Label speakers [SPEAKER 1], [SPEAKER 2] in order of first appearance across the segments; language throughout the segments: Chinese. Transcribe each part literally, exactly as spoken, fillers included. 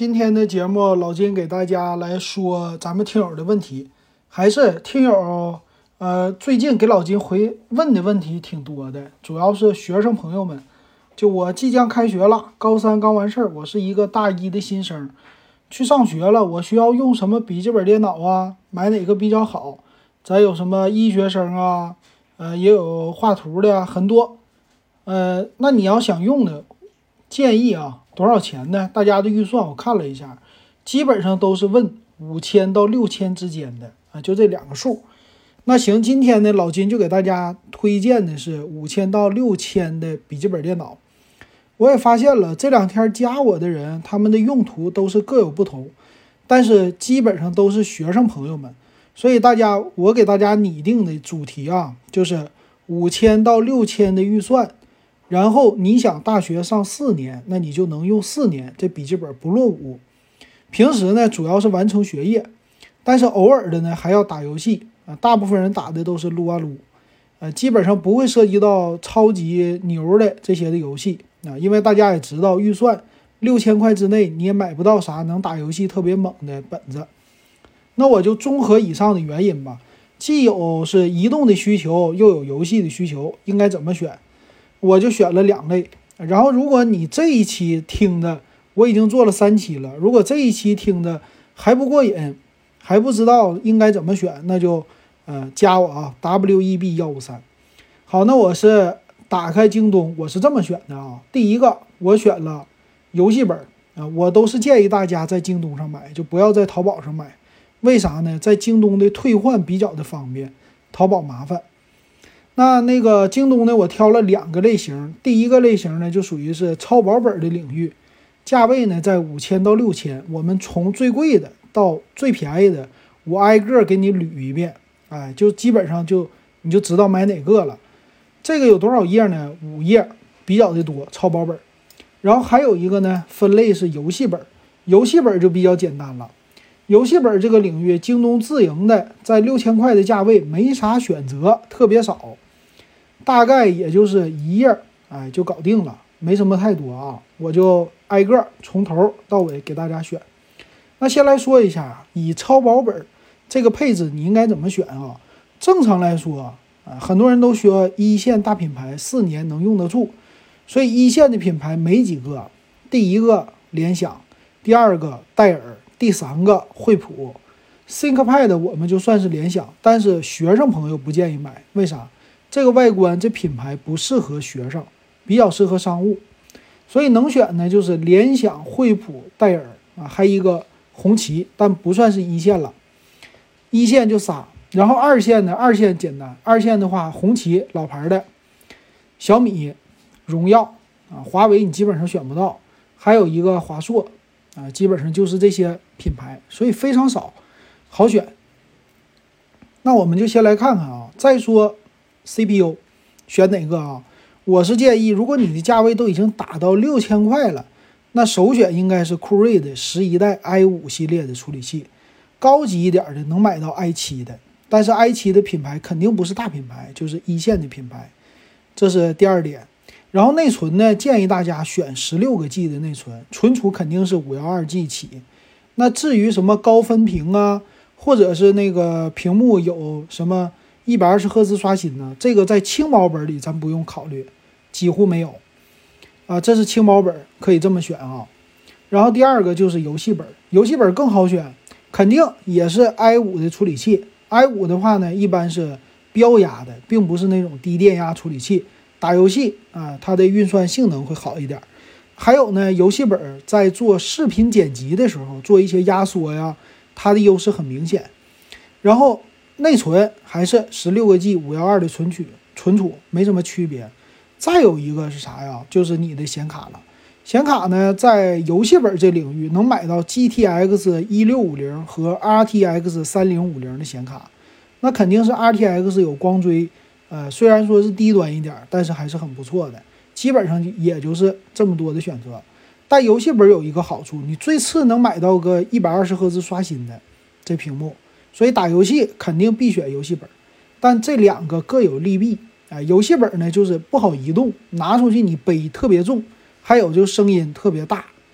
[SPEAKER 1] 今天的节目，老金给大家来说咱们听友的问题，还是听友呃最近给老金回问的问题挺多的，主要是学生朋友们。就我即将开学了，高三刚完事儿，我是一个大一的新生，去上学了，我需要用什么笔记本电脑啊？买哪个比较好？咱有什么医学生啊？呃，也有画图的啊，很多。呃，那你要想用的，建议啊，多少钱呢？大家的预算我看了一下，基本上都是问五千到六千之间的啊，就这两个数。那行，今天呢，老金就给大家推荐的是五千到六千的笔记本电脑。我也发现了，这两天加我的人，他们的用途都是各有不同，但是基本上都是学生朋友们。所以大家，我给大家拟定的主题啊，就是五千到六千的预算。然后你想大学上四年，那你就能用四年，这笔记本不落伍。平时呢，主要是完成学业，但是偶尔的呢还要打游戏啊。大部分人打的都是撸啊撸，呃，基本上不会涉及到超级牛的这些的游戏啊，因为大家也知道，预算六千块之内你也买不到啥能打游戏特别猛的本子。那我就综合以上的原因吧，既有是移动的需求，又有游戏的需求，应该怎么选？我就选了两类。然后如果你这一期听的，我已经做了三期了，如果这一期听的还不过瘾，还不知道应该怎么选，那就呃加我啊 W E B 一五三。好，那我是打开京东，我是这么选的啊。第一个我选了游戏本啊，我都是建议大家在京东上买，就不要在淘宝上买。为啥呢？在京东的退换比较的方便，淘宝麻烦。那那个京东呢，我挑了两个类型。第一个类型呢，就属于是超薄本的领域，价位呢在五千到六千。我们从最贵的到最便宜的，我挨个给你捋一遍，哎，就基本上就你就知道买哪个了。这个有多少页呢？五页，比较的多，超薄本。然后还有一个呢，分类是游戏本，游戏本就比较简单了。游戏本这个领域，京东自营的，在六千块的价位没啥选择，特别少，大概也就是一页，哎，就搞定了，没什么太多啊。我就挨个从头到尾给大家选。那先来说一下，以超薄本这个配置你应该怎么选啊？正常来说啊，很多人都说一线大品牌四年能用得住，所以一线的品牌没几个。第一个联想，第二个戴尔。第三个惠普 ThinkPad 我们就算是联想，但是学生朋友不建议买，为啥？这个外观这品牌不适合学生，比较适合商务，所以能选呢就是联想、惠普、戴尔啊，还一个红旗，但不算是一线了，一线就仨。然后二线呢，二线简单，二线的话红旗老牌的，小米、荣耀啊，华为你基本上选不到，还有一个华硕。啊，基本上就是这些品牌，所以非常少，好选。那我们就先来看看啊，再说 C P U 选哪个啊？我是建议，如果你的价位都已经打到六千块了，那首选应该是酷睿的十一代 i 五 系列的处理器，高级一点的能买到 i 七 的，但是 i 七 的品牌肯定不是大品牌，就是一线的品牌，这是第二点。然后内存呢，建议大家选十六个 G 的内存，存储肯定是五一二 G 起。那至于什么高分屏啊，或者是那个屏幕有什么一百二十赫兹刷新呢，这个在轻薄本里咱不用考虑，几乎没有啊。这是轻薄本，可以这么选啊。然后第二个就是游戏本，游戏本更好选，肯定也是 i 五 的处理器。i 五 的话呢，一般是标压的，并不是那种低电压处理器。打游戏啊，它的运算性能会好一点。还有呢，游戏本在做视频剪辑的时候，做一些压缩呀，它的优势很明显。然后内存还是十六个 G 五一二的存储，存储没什么区别。再有一个是啥呀？就是你的显卡了。显卡呢，在游戏本这领域能买到 G T X 一六五零和 R T X 三零五零的显卡，那肯定是 R T X 有光追。呃，虽然说是低端一点，但是还是很不错的。基本上也就是这么多的选择。但游戏本有一个好处，你最次能买到个一百二十赫兹刷新的这屏幕，所以打游戏肯定必选游戏本。但这两个各有利弊。哎、呃，游戏本呢就是不好移动，拿出去你背特别重，还有就声音特别大。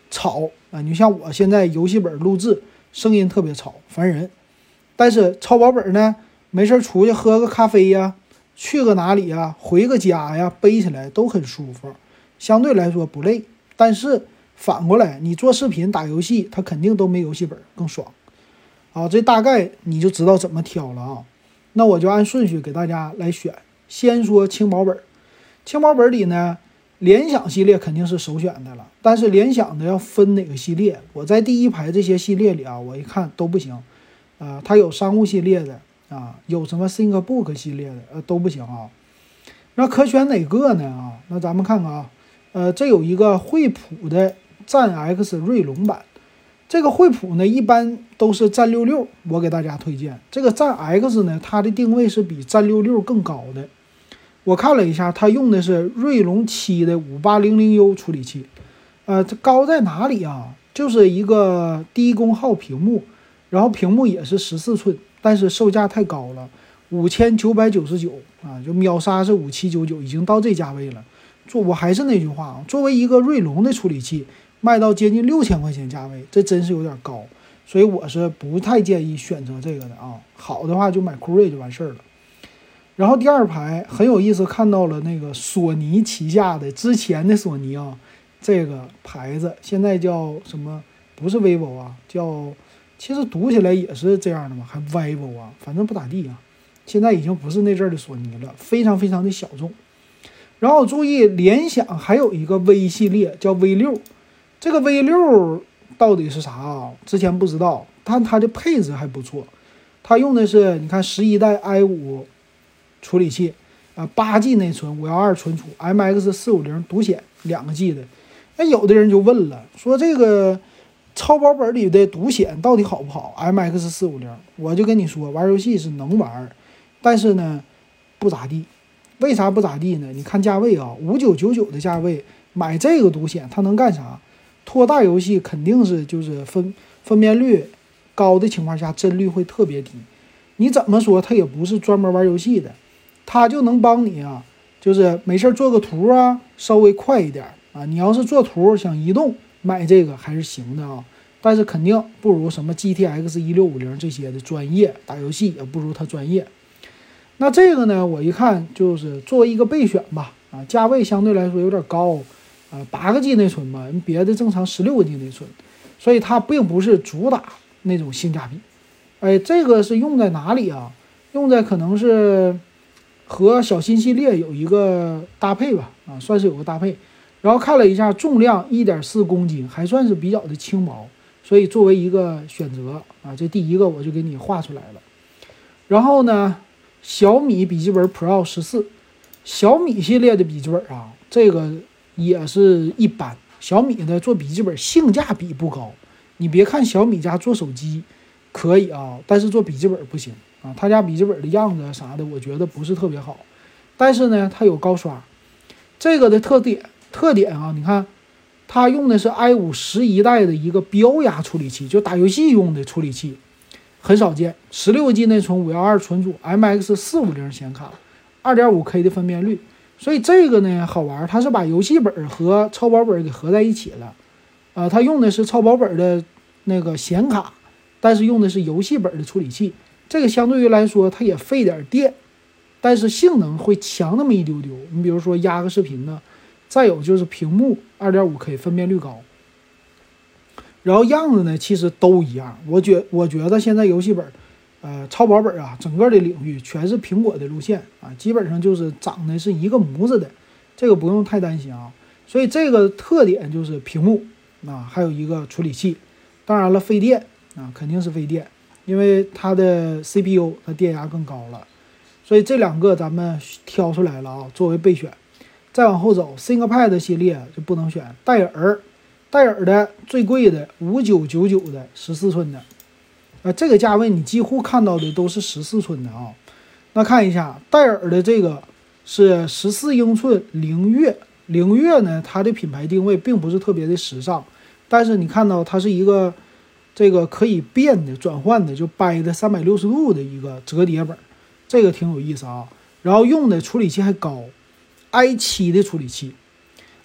[SPEAKER 1] 吵啊，你像我现在游戏本录制，声音特别吵，烦人。但是超薄本呢，没事出去喝个咖啡呀，去个哪里呀，回个家呀，背起来都很舒服，相对来说不累。但是反过来，你做视频打游戏，它肯定都没游戏本更爽啊。这大概你就知道怎么挑了啊。那我就按顺序给大家来选，先说轻薄本。轻薄本里呢，联想系列肯定是首选的了，但是联想的要分哪个系列。我在第一排这些系列里啊，我一看都不行，啊、呃，它有商务系列的啊，有什么 ThinkBook 系列的，呃，都不行啊。那可选哪个呢？啊，那咱们看看啊，呃，这有一个惠普的战 X 锐龙版，这个惠普呢一般都是战六六，我给大家推荐这个战 X 呢，它的定位是比战六六更高的。我看了一下，它用的是锐龙七的五八零零 U 处理器，呃，这高在哪里啊？就是一个低功耗屏幕，然后屏幕也是十四寸，但是售价太高了，五千九百九十九啊，就秒杀是五七九九，已经到这价位了。做我还是那句话啊，作为一个锐龙的处理器，卖到接近六千块钱价位，这真是有点高，所以我是不太建议选择这个的啊。好的话就买酷睿就完事儿了。然后第二排很有意思，看到了那个索尼旗下的之前的索尼啊，这个牌子现在叫什么？不是 vivo 啊，叫其实读起来也是这样的嘛，还 vivo 啊，反正不咋地啊。现在已经不是那阵儿的索尼了，非常非常的小众。然后注意，联想还有一个 V 系列叫 V 六，这个 V 六到底是啥啊？之前不知道，但它的配置还不错，它用的是你看十一代 i 五。处理器啊，八 G 内存，五一二存储 ，M X 四五零独显两个 G 的。那有的人就问了，说这个超薄本里的独显到底好不好 ？M X 四五零，我就跟你说，玩游戏是能玩，但是呢不咋地。为啥不咋地呢？你看价位啊，五九九九的价位买这个独显，它能干啥？拖大游戏肯定是就是分分辨率高的情况下，帧率会特别低。你怎么说，它也不是专门玩游戏的。它就能帮你啊，就是没事做个图啊，稍微快一点啊。你要是做图想移动，买这个还是行的啊，但是肯定不如什么 G T X 一六五零这些的专业，打游戏也不如它专业。那这个呢，我一看就是作为一个备选吧，啊，价位相对来说有点高，啊，八个 G 内存吧，别的正常十六个 G 内存，所以它并不是主打那种性价比。哎，这个是用在哪里啊？用在可能是。和小新系列有一个搭配吧，啊，算是有个搭配。然后看了一下，重量 一点四公斤，还算是比较的轻薄，所以作为一个选择啊，这第一个我就给你画出来了。然后呢，小米笔记本 Pro 十四，小米系列的笔记本啊，这个也是一般。小米的做笔记本性价比不高，你别看小米家做手机可以啊，但是做笔记本不行。啊，他家笔记本的样子啥的，我觉得不是特别好，但是呢，它有高刷。这个的特点特点啊，你看，它用的是 i 五十一代的一个标压处理器，就打游戏用的处理器，很少见。十六 G 内存，五一二存储 ，M X 四五零显卡，二点五 K 的分辨率，所以这个呢好玩，它是把游戏本和超薄本给合在一起了。呃，它用的是超薄本的那个显卡，但是用的是游戏本的处理器。这个相对于来说，它也费点电，但是性能会强那么一丢丢。你比如说压个视频呢，再有就是屏幕 二点五 K 分辨率高，然后样子呢其实都一样。我觉我觉得现在游戏本，呃，超薄本啊，整个的领域全是苹果的路线啊，基本上就是长得是一个模子的，这个不用太担心啊。所以这个特点就是屏幕啊，还有一个处理器，当然了，费电啊，肯定是费电。因为它的 C P U 它电压更高了，所以这两个咱们挑出来了啊，作为备选。再往后走 ，ThinkPad 系列就不能选，戴尔，戴尔的最贵的五九九九的十四寸的，啊，这个价位你几乎看到的都是十四寸的啊。那看一下戴尔的这个是十四英寸灵越，灵越呢，它的品牌定位并不是特别的时尚，但是你看到它是一个。这个可以变的转换的，就掰的三百六十度的一个折叠本，这个挺有意思啊。然后用的处理器还高 ，i 七的处理器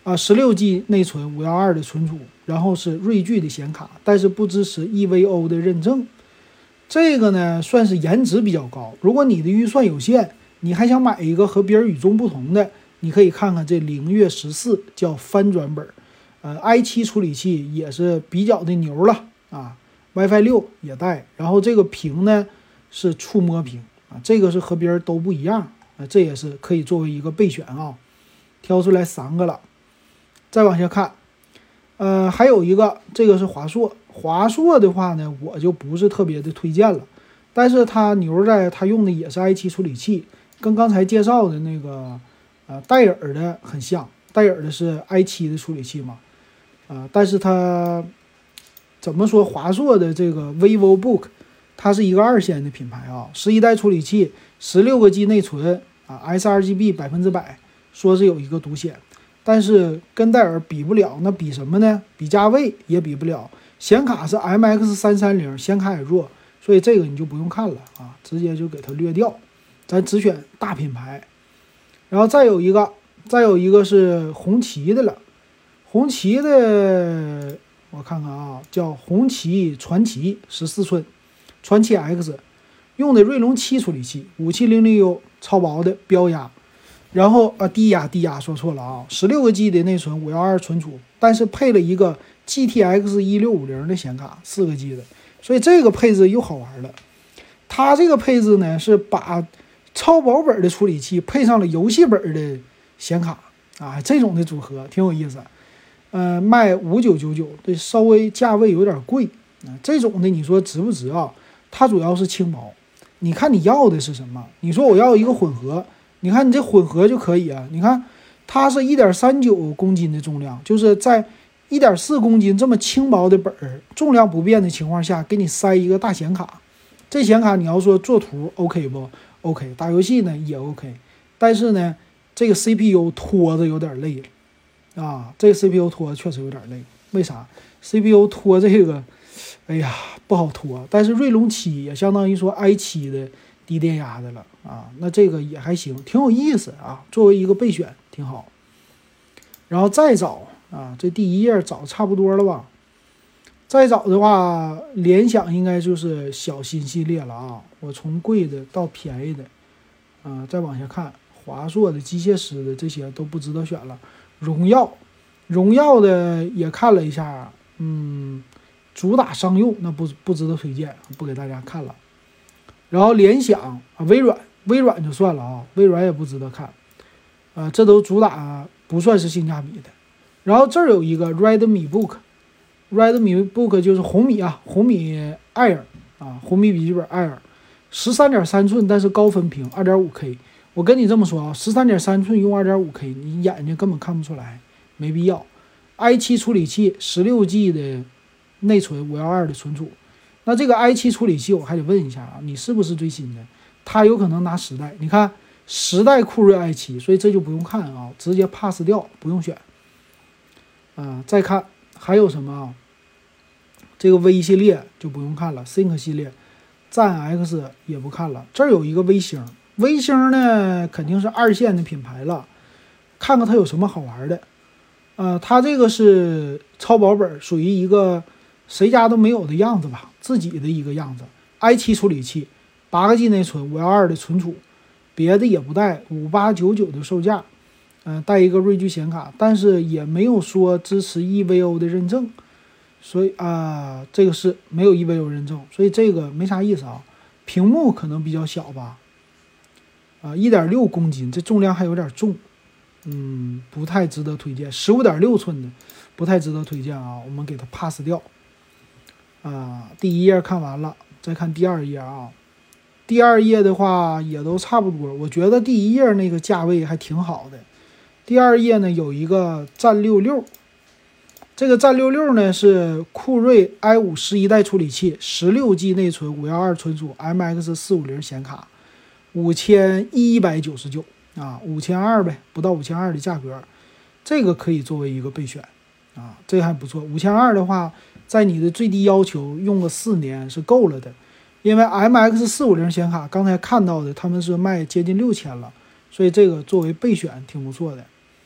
[SPEAKER 1] 啊，十六 G 内存，五一二的存储，然后是锐炬的显卡，但是不支持 E V O 的认证。这个呢算是颜值比较高。如果你的预算有限，你还想买一个和别人与众不同的，你可以看看这灵越十四，叫翻转本，呃 i 七 处理器也是比较的牛了啊 ，WiFi 六也带，然后这个屏呢是触摸屏啊，这个是和别人都不一样啊，这也是可以作为一个备选啊。挑出来三个了，再往下看，呃，还有一个，这个是华硕。华硕的话呢，我就不是特别的推荐了，但是它牛在它用的也是 i 七 处理器，跟刚才介绍的那个呃戴尔的很像，戴尔的是 i 七 的处理器嘛，啊、呃，但是它怎么说，华硕的这个 VivoBook， 它是一个二线的品牌啊，十一代处理器，十六个 G 内存啊 ，sRGB 百分之百。说是有一个独显，但是跟戴尔比不了，那比什么呢？比价位也比不了。显卡是 M X 三三零，显卡也弱，所以这个你就不用看了啊，直接就给它略掉。咱只选大品牌。然后再有一个，再有一个是红旗的了，红旗的我看看啊，叫红旗传奇十四寸，传奇 X， 用的锐龙七处理器，五七零零 U 超薄的标压。然后啊，低压低压说错了啊，十六个 G 的内存，五一二存储，但是配了一个 G T X 一六五零的显卡，四个 G 的，所以这个配置又好玩了。它这个配置呢是把超薄本的处理器配上了游戏本的显卡啊，这种的组合挺有意思。呃，卖五九九九，这稍微价位有点贵啊。这种的你说值不值啊？它主要是轻薄，你看你要的是什么？你说我要一个混合。你看你这混合就可以啊，你看它是 一点三九公斤的重量，就是在 一点四公斤这么轻薄的本儿，重量不变的情况下，给你塞一个大显卡。这显卡你要说做图 OK 不 OK， 打游戏呢也 OK， 但是呢这个 C P U 拖着有点累了啊，这个 C P U 拖确实有点累。为啥 C P U 拖这个哎呀不好拖，但是锐龙七也相当于说 i 七 的低电压的了啊，那这个也还行，挺有意思啊，作为一个备选挺好。然后再找啊，这第一页找差不多了吧？再找的话，联想应该就是小新系列了啊。我从贵的到便宜的，啊，再往下看，华硕的、机械师的这些都不值得选了。荣耀，荣耀的也看了一下，嗯，主打商用，那不不值得推荐，不给大家看了。然后联想啊，微软，微软就算了啊，微软也不值得看，啊，这都主打不算是性价比的。然后这儿有一个 Redmi Book，Redmi Book 就是红米啊，红米 Air 啊，红米笔记本 Air， 十三点三寸，但是高分屏 二点五K。我跟你这么说啊，十三点三寸用 二点五K， 你眼睛根本看不出来，没必要。i 七 处理器，十六 G 的内存，五一二的存储。那这个 i 七 处理器我还得问一下啊，你是不是最新的？它有可能拿十代，你看十代酷睿 i 七，所以这就不用看啊，直接 pass 掉，不用选。啊、呃，再看还有什么啊？这个 V 系列就不用看了 ，Think 系列，赞 X 也不看了。这儿有一个微星，微星呢肯定是二线的品牌了，看看它有什么好玩的。呃，它这个是超薄本，属于一个谁家都没有的样子吧，自己的一个样子。i 七 处理器，八个 G 内存，五一二的存储，别的也不带，五八九九的售价。嗯、呃，带一个锐炬显卡，但是也没有说支持 E V O 的认证，所以啊、呃，这个是没有 E V O 认证，所以这个没啥意思啊。屏幕可能比较小吧，啊、呃， 一点六公斤，这重量还有点重，嗯，不太值得推荐。十五点六寸的，不太值得推荐啊，我们给它 pass 掉。啊、呃，第一页看完了，再看第二页啊。第二页的话也都差不多，我觉得第一页那个价位还挺好的。第二页呢有一个战六六，这个战六六呢是酷睿 i 五十一代处理器，十六 G 内存，五一二存储 ，M X 四五零显卡，五千一百九十九啊，五千二呗，不到五千二的价格，这个可以作为一个备选啊，这个还不错。五千二的话，在你的最低要求用个四年是够了的，因为 M X 四五零显卡刚才看到的他们是卖接近六千了，所以这个作为备选挺不错的。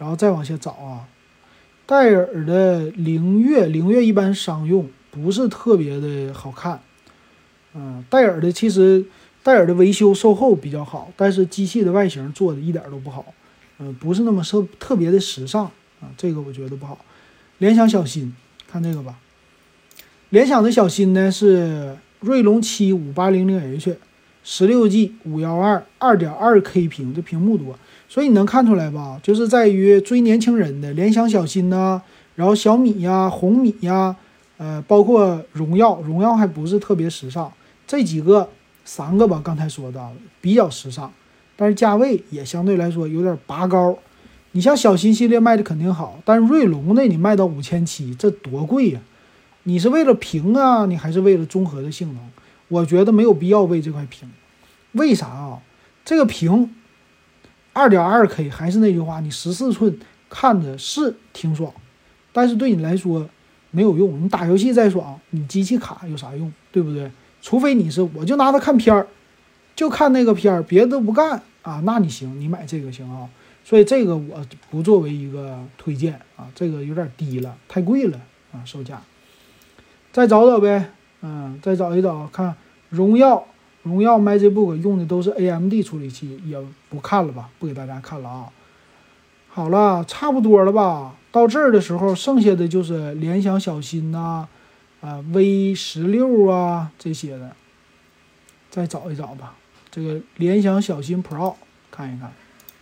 [SPEAKER 1] 然后再往下找啊，戴尔的凌越，凌越一般商用，不是特别的好看。嗯，戴尔的其实戴尔的维修售后比较好，但是机器的外形做的一点都不好，嗯，不是那么特特别的时尚啊，这个我觉得不好。联想小新，看这个吧，联想的小新呢是锐龙七五八零零 H， 十六 G 五一二 二点二 K 屏，这屏幕多，所以你能看出来吧？就是在于追年轻人的联想小新呐、啊，然后小米呀、红米呀，呃，包括荣耀，荣耀还不是特别时尚。这几个三个吧，刚才说的比较时尚，但是价位也相对来说有点拔高。你像小新系列卖的肯定好，但是锐龙的你卖到五千七，这多贵呀！你是为了屏啊，你还是为了综合的性能？我觉得没有必要为这块屏。为啥啊？这个屏 二点二 K 还是那句话，你十四寸看着是挺爽，但是对你来说没有用。你打游戏再爽，你机器卡有啥用？对不对？除非你是我就拿它看片儿，就看那个片儿，别的都不干啊，那你行，你买这个行啊。所以这个我不作为一个推荐啊，这个有点低了，太贵了啊，售价。再找找呗，嗯，再找一找看荣耀，荣耀 MagicBook 用的都是 A M D 处理器，也不看了吧，不给大家看了啊。好了，差不多了吧？到这儿的时候，剩下的就是联想小新呐、啊，啊 V 十六啊这些的，再找一找吧。这个联想小新 Pro 看一看，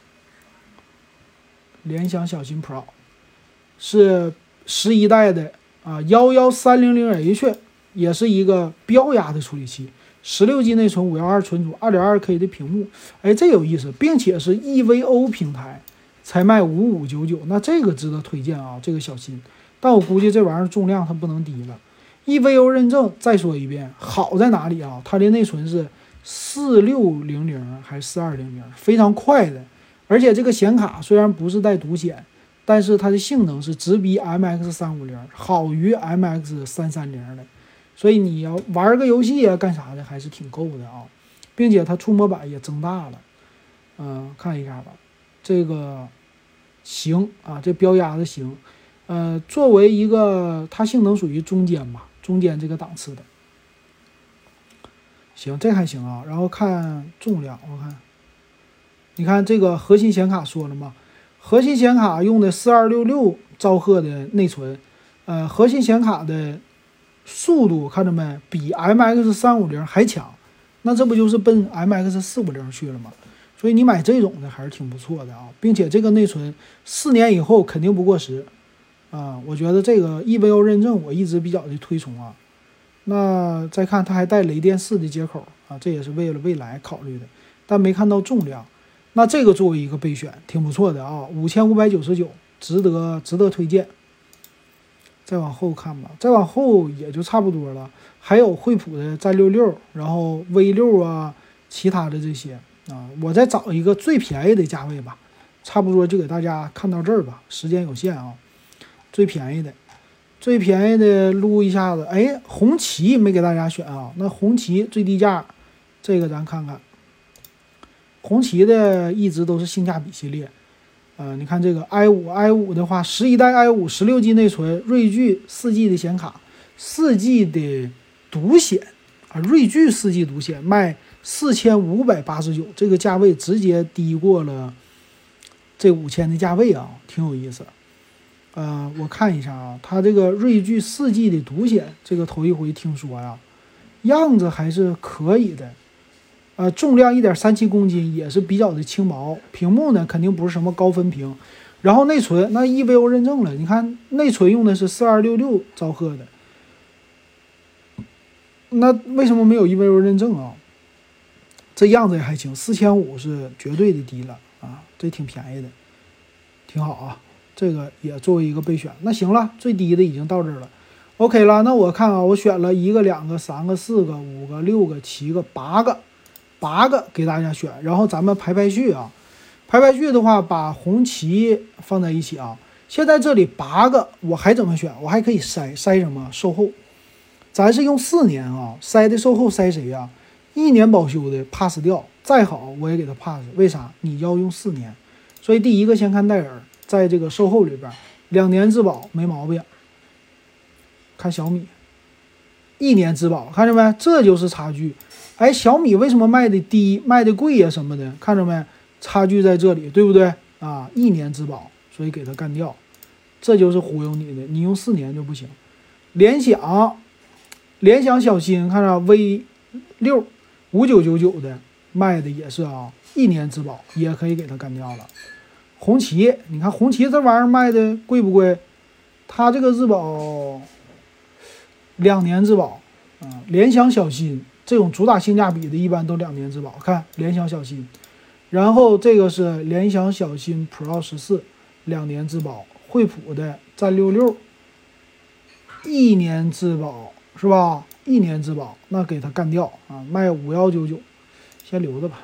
[SPEAKER 1] 联想小新 Pro 是十一代的啊，一一三零零 H 也是一个标压的处理器，十六 G 内存，五一二存储， 二点二 K 的屏幕，哎，这有意思，并且是 E V O 平台。才卖五五九九，那这个值得推荐啊，这个小新，但我估计这玩意儿重量它不能低了。E V O 认证，再说一遍，好在哪里啊？它的内存是四六零零还是四二零零，非常快的。而且这个显卡虽然不是带独显，但是它的性能是直逼 M X 三五零，好于 M X 三三零的。所以你要玩个游戏啊，干啥的还是挺够的啊，并且它触摸板也增大了，嗯、呃，看一下吧。这个行啊，这标压的行，呃，作为一个它性能属于中间吧，中间这个档次的，行，这还行啊。然后看重量，我看，你看这个核心显卡说了吗？核心显卡用的四二六六兆赫的内存，呃，核心显卡的速度看着没，比 M X 三五零还强，那这不就是奔 M X 四五零去了吗？所以你买这种的还是挺不错的啊，并且这个内存四年以后肯定不过时啊。我觉得这个 E V O 认证我一直比较的推崇啊。那再看它还带雷电四的接口啊，这也是为了未来考虑的，但没看到重量。那这个作为一个备选挺不错的啊，五千五百九十九，值得值得推荐。再往后看吧，再往后也就差不多了，还有惠普的战六六，然后 V 六啊，其他的这些。啊，我再找一个最便宜的价位吧，差不多就给大家看到这儿吧，时间有限啊。最便宜的，最便宜的撸一下子，哎，红旗没给大家选啊，那红旗最低价，这个咱看看，红旗的一直都是性价比系列，呃，你看这个 i 五 i 五的话，十一代 i 五， 十六 G 内存，锐炬四 G 的显卡，四 G 的独显啊，锐炬四 G 独显卖四千五百八十九，这个价位直接低过了这五千的价位啊，挺有意思。呃，我看一下啊，它这个锐炬四 G 的独显，这个头一回听说呀，样子还是可以的。呃，重量 一点三七公斤，也是比较的轻薄。屏幕呢，肯定不是什么高分屏。然后内存，那 E V O 认证了，你看内存用的是四二六六兆赫的，那为什么没有 E V O 认证啊？这样子也还行，四千五是绝对的低了啊，这挺便宜的，挺好啊，这个也作为一个备选。那行了，最低的已经到这儿了 ，OK 了。那我看啊，我选了一个、两个、三个、四个、五个、六个、七个、八个，八个给大家选，然后咱们排排序啊，排排序的话，把红旗放在一起啊。现在这里八个，我还怎么选？我还可以筛筛什么售后？咱是用四年啊，筛的售后筛谁呀、啊？一年保修的 pass 掉，再好我也给他 pass， 为啥？你要用四年，所以第一个先看戴尔， 在这个售后里边，两年质保没毛病。看小米，一年质保，看着没？这就是差距。哎，小米为什么卖的低、卖的贵呀、啊、什么的？看着没？差距在这里，对不对啊？一年质保，所以给它干掉，这就是忽悠你的。你用四年就不行。联想，联想小新，看着 V 六五九九九的卖的也是啊，一年质保也可以给它干掉了。红旗，你看红旗这玩意儿卖的贵不贵？它这个质保。两年质保，啊、嗯，联想小新这种主打性价比的，一般都两年质保。看联想小新，然后这个是联想小新 Pro 十四，两年质保。惠普的战六六，一年质保是吧？一年质保，那给它干掉啊，卖五幺九九，先留着吧。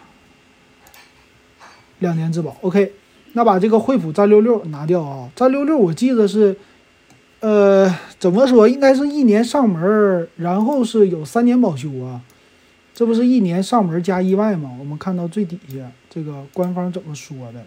[SPEAKER 1] 两年质保 ，OK， 那把这个惠普战六六拿掉啊，战六六我记得是。呃，怎么说？应该是一年上门，然后是有三年保修啊，这不是一年上门加意外吗？我们看到最底下这个官方怎么说的？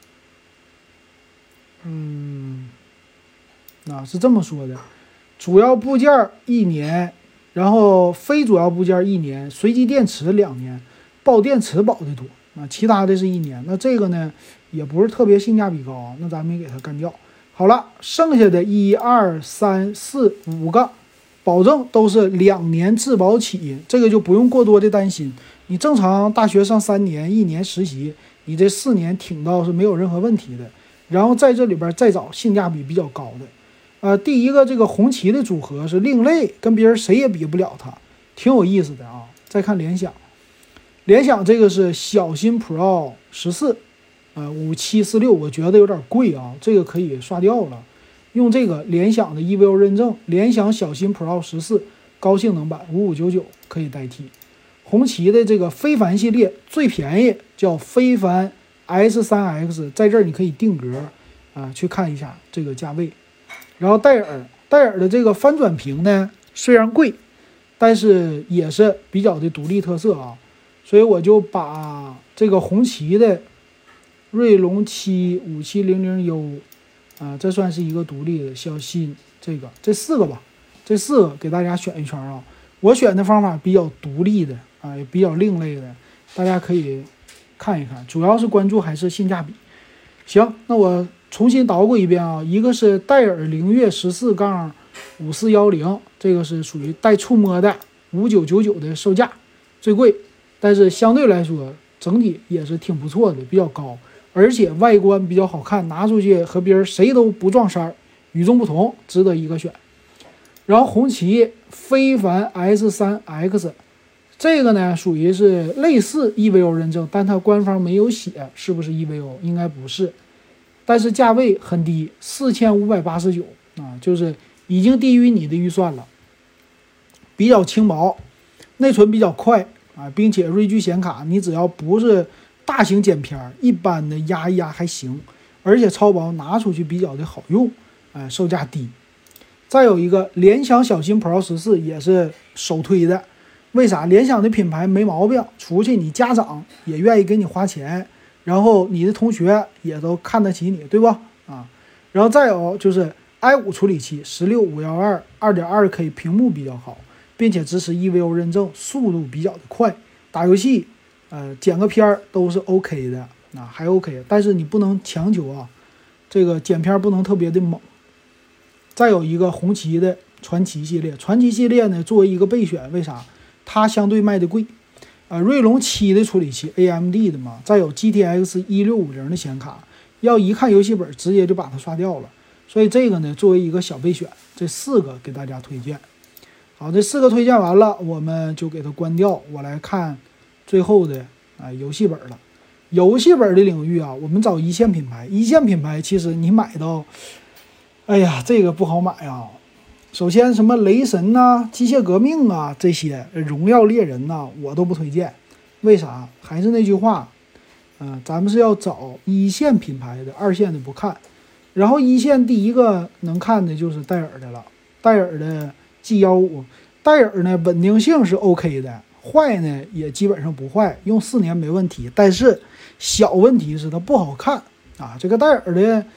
[SPEAKER 1] 嗯，啊是这么说的：主要部件一年，然后非主要部件一年，随机电池两年，爆电池保的多啊，其他的是一年。那这个呢，也不是特别性价比高啊，那咱们也给它干掉。好了，剩下的一二三四五个，保证都是两年质保起，这个就不用过多的担心。你正常大学上三年，一年实习，你这四年挺到是没有任何问题的。然后在这里边再找性价比比较高的，呃，第一个这个红旗的组合是另类，跟别人谁也比不了它，挺有意思的啊。再看联想，联想这个是小新 Pro 十四。呃，五七四六，我觉得有点贵啊，这个可以刷掉了。用这个联想的 E V O 认证，联想小新 Pro 十四高性能版五五九九可以代替。红旗的这个非凡系列最便宜，叫非凡 S 三 X， 在这儿你可以定格啊、呃，去看一下这个价位。然后戴尔，戴尔的这个翻转屏呢，虽然贵，但是也是比较的独立特色啊，所以我就把这个红旗的。锐龙七五七零零 U， 啊，这算是一个独立的小新，这个这四个吧，这四个给大家选一圈啊。我选的方法比较独立的啊，也比较另类的，大家可以看一看。主要是关注还是性价比。行，那我重新捣鼓一遍啊。一个是戴尔灵越十四杠五四一零，这个是属于带触摸的，五九九九的售价最贵，但是相对来说整体也是挺不错的，比较高。而且外观比较好看，拿出去和别人谁都不撞衫，与众不同，值得一个选。然后红旗非凡 S 三 X， 这个呢属于是类似 E V O 认证，但它官方没有写是不是 E V O， 应该不是。但是价位很低，四千五百八十九啊，就是已经低于你的预算了。比较轻薄，内存比较快啊，并且锐炬显卡，你只要不是大型剪片，一般的压一压还行，而且超薄，拿出去比较的好用，哎，售价低。再有一个联想小新 Pro 十四也是首推的，为啥？联想的品牌没毛病，出去你家长也愿意给你花钱，然后你的同学也都看得起你，对吧？啊，然后再有就是 i 五 处理器，十六五一二 二点二 K 屏幕比较好，并且支持 E V O 认证，速度比较的快，打游戏。呃，剪个片儿都是 OK 的啊，还 OK， 但是你不能强求啊，这个剪片不能特别的猛。再有一个红旗的传奇系列，传奇系列呢作为一个备选，为啥？它相对卖的贵，啊、呃，锐龙七的处理器 A M D 的嘛，再有 G T X 一六五零的显卡，要一看游戏本直接就把它刷掉了，所以这个呢作为一个小备选，这四个给大家推荐。好，这四个推荐完了，我们就给它关掉，我来看。最后的啊、呃，游戏本了。游戏本的领域啊，我们找一线品牌。一线品牌其实你买到，哎呀，这个不好买啊。首先什么雷神呐、啊、机械革命啊这些，荣耀猎人呐、啊，我都不推荐。为啥？还是那句话，嗯、呃，咱们是要找一线品牌的，二线的不看。然后一线第一个能看的就是戴尔的了，戴尔的 G 一五，戴尔呢稳定性是 OK 的。坏呢也基本上不坏，用四年没问题，但是小问题是它不好看啊。这个戴尔的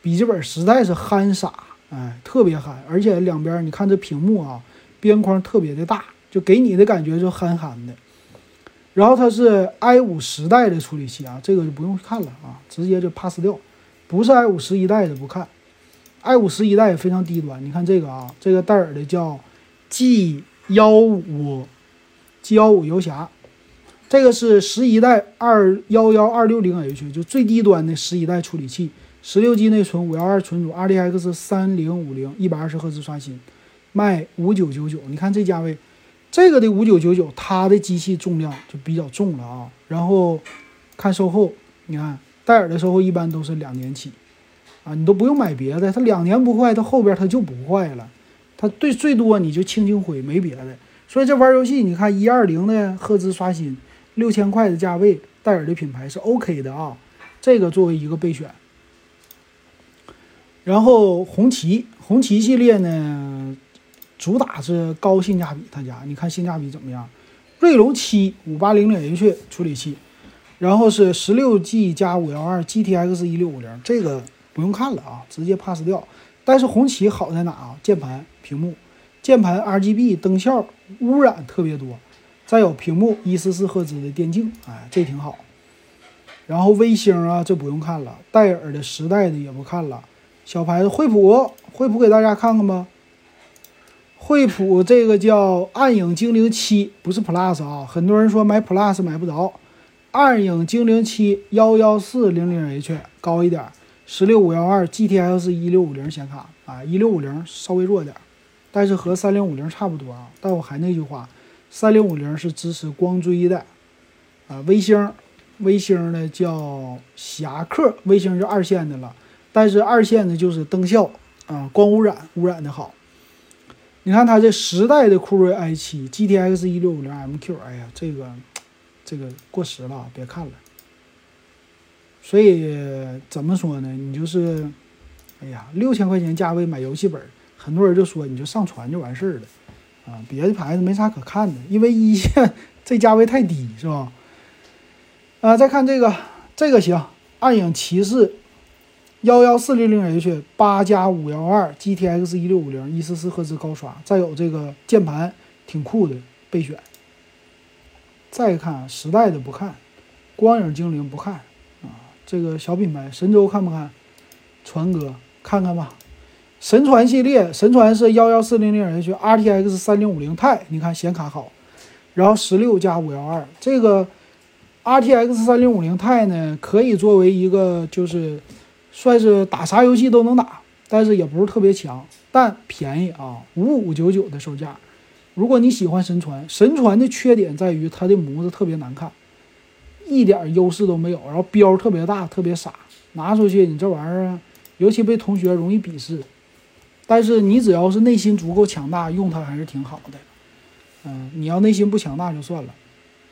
[SPEAKER 1] 笔记本实在是憨傻，哎，特别憨，而且两边你看这屏幕啊，边框特别的大，就给你的感觉就憨憨的。然后它是 i 五 十代的处理器啊，这个就不用看了啊，直接就 pass 掉。不是 i 五 十一代的不看 ，i 五 十一代也非常低端。你看这个啊，这个戴尔的叫 G 一五 G 一五游侠，这个是十一代二一一二六零 H， 就最低端的十一代处理器，十六 G 内存，五一二存储 ，R T X 三零五零，一百二十赫兹刷新，卖五九九九。你看这价位。这个的五九九九，它的机器重量就比较重了啊。然后看售后，你看戴尔的售后一般都是两年起啊，你都不用买别的，它两年不坏，它后边它就不坏了，它对最多你就清清灰，没别的。所以这玩游戏，你看一二零的赫兹刷新，六千块的价位，戴尔的品牌是 OK 的啊，这个作为一个备选。然后红旗，红旗系列呢？主打是高性价比，他家你看性价比怎么样？锐龙七 五八零零 H 处理器，然后是 十六 G 加五一二 G T X 一六五零，这个不用看了啊，直接 pass 掉。但是红旗好在哪啊？键盘、屏幕，键盘 R G B 灯效污染特别多，再有屏幕一四四赫兹的电竞，哎，这挺好。然后微星啊，这不用看了，戴尔的十代的也不看了，小牌子惠普，惠普给大家看看吧。惠普这个叫暗影精灵七，不是 Plus 啊，很多人说买 Plus 买不着。暗影精灵七一一四零零 H 高一点，十六五一二 G T X 一六五零显卡啊，一六五零稍微弱点，但是和三零五零差不多啊。但我还那句话，三零五零是支持光追的啊。微星，微星呢叫侠客，微星是二线的了，但是二线的就是灯效啊，光污染污染的好。你看它这十代的酷睿 i 七 G T X 一六五零 M Q， 哎呀，这个这个过时了，别看了。所以怎么说呢？你就是，哎呀，六千块钱价位买游戏本，很多人就说你就上传就完事儿了啊，别的牌子没啥可看的，因为一线这价位太低，是吧？啊，再看这个，这个行，暗影骑士。一一四零零 H 八加五一二 G T X 一六五零一四四赫兹高刷，再有这个键盘挺酷的备选。再看时代的不看，光影精灵不看啊，这个小品牌神州看不看？传哥看看吧。神传系列，神传是一一四零零 H R T X 三零五零 钛，你看显卡好，然后十六加五一二，这个 R T X 三零五零 钛呢，可以作为一个就是。算是打啥游戏都能打，但是也不是特别强，但便宜啊，五五九九的售价。如果你喜欢神传，神传的缺点在于它的模子特别难看，一点优势都没有，然后标特别大，特别傻，拿出去你这玩意儿，尤其被同学容易鄙视。但是你只要是内心足够强大，用它还是挺好的。嗯，你要内心不强大就算了。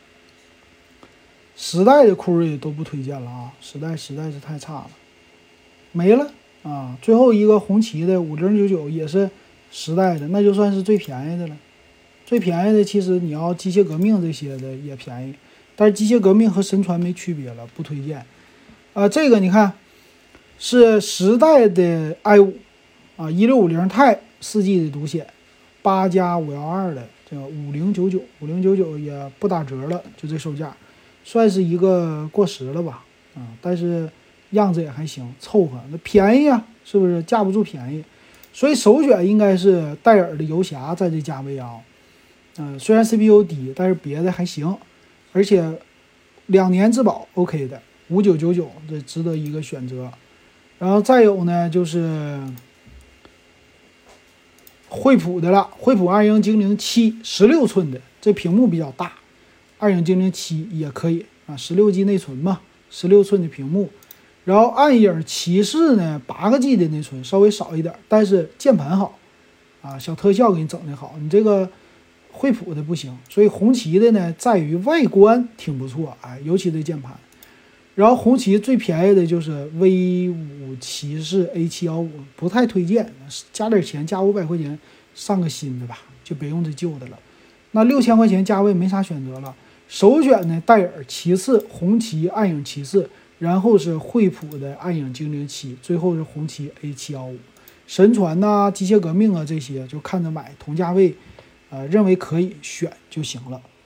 [SPEAKER 1] 时代的酷睿都不推荐了啊，时代实在是太差了。没了啊！最后一个红旗的五零九九也是时代的，那就算是最便宜的了。最便宜的其实你要机械革命这些的也便宜，但是机械革命和神传没区别了，不推荐。啊，这个你看是时代的 i 五啊，一六五零钛四 G 的独显，八加五幺二的这个五零九九，五零九九也不打折了，就这售价，算是一个过时了吧？啊，但是。样子也还行，凑合，那便宜啊，是不是？架不住便宜，所以首选应该是戴尔的游侠，在这价位啊，嗯、呃，虽然 C P U 低，但是别的还行，而且两年质保 OK 的，五九九九，这值得一个选择。然后再有呢，就是惠普的了，惠普暗影精灵七十六寸的，这屏幕比较大，暗影精灵七也可以啊，十六 G 内存嘛，十六寸的屏幕。然后暗影骑士呢，八个 G 的内存稍微少一点，但是键盘好啊，小特效给你整的好。你这个惠普的不行，所以红旗的呢，在于外观挺不错，哎，尤其这键盘。然后红旗最便宜的就是 V 五 骑士 A 七一五，不太推荐，加点钱加五百块钱上个新的吧，就别用这旧的了。那六千块钱价位没啥选择了，首选呢戴尔，其次红旗暗影骑士。 然后是惠普的暗影精灵七，最后是红旗 A 七一五。神传呐、啊、机械革命啊这些就看着买，同价位，呃，认为可以选就行了。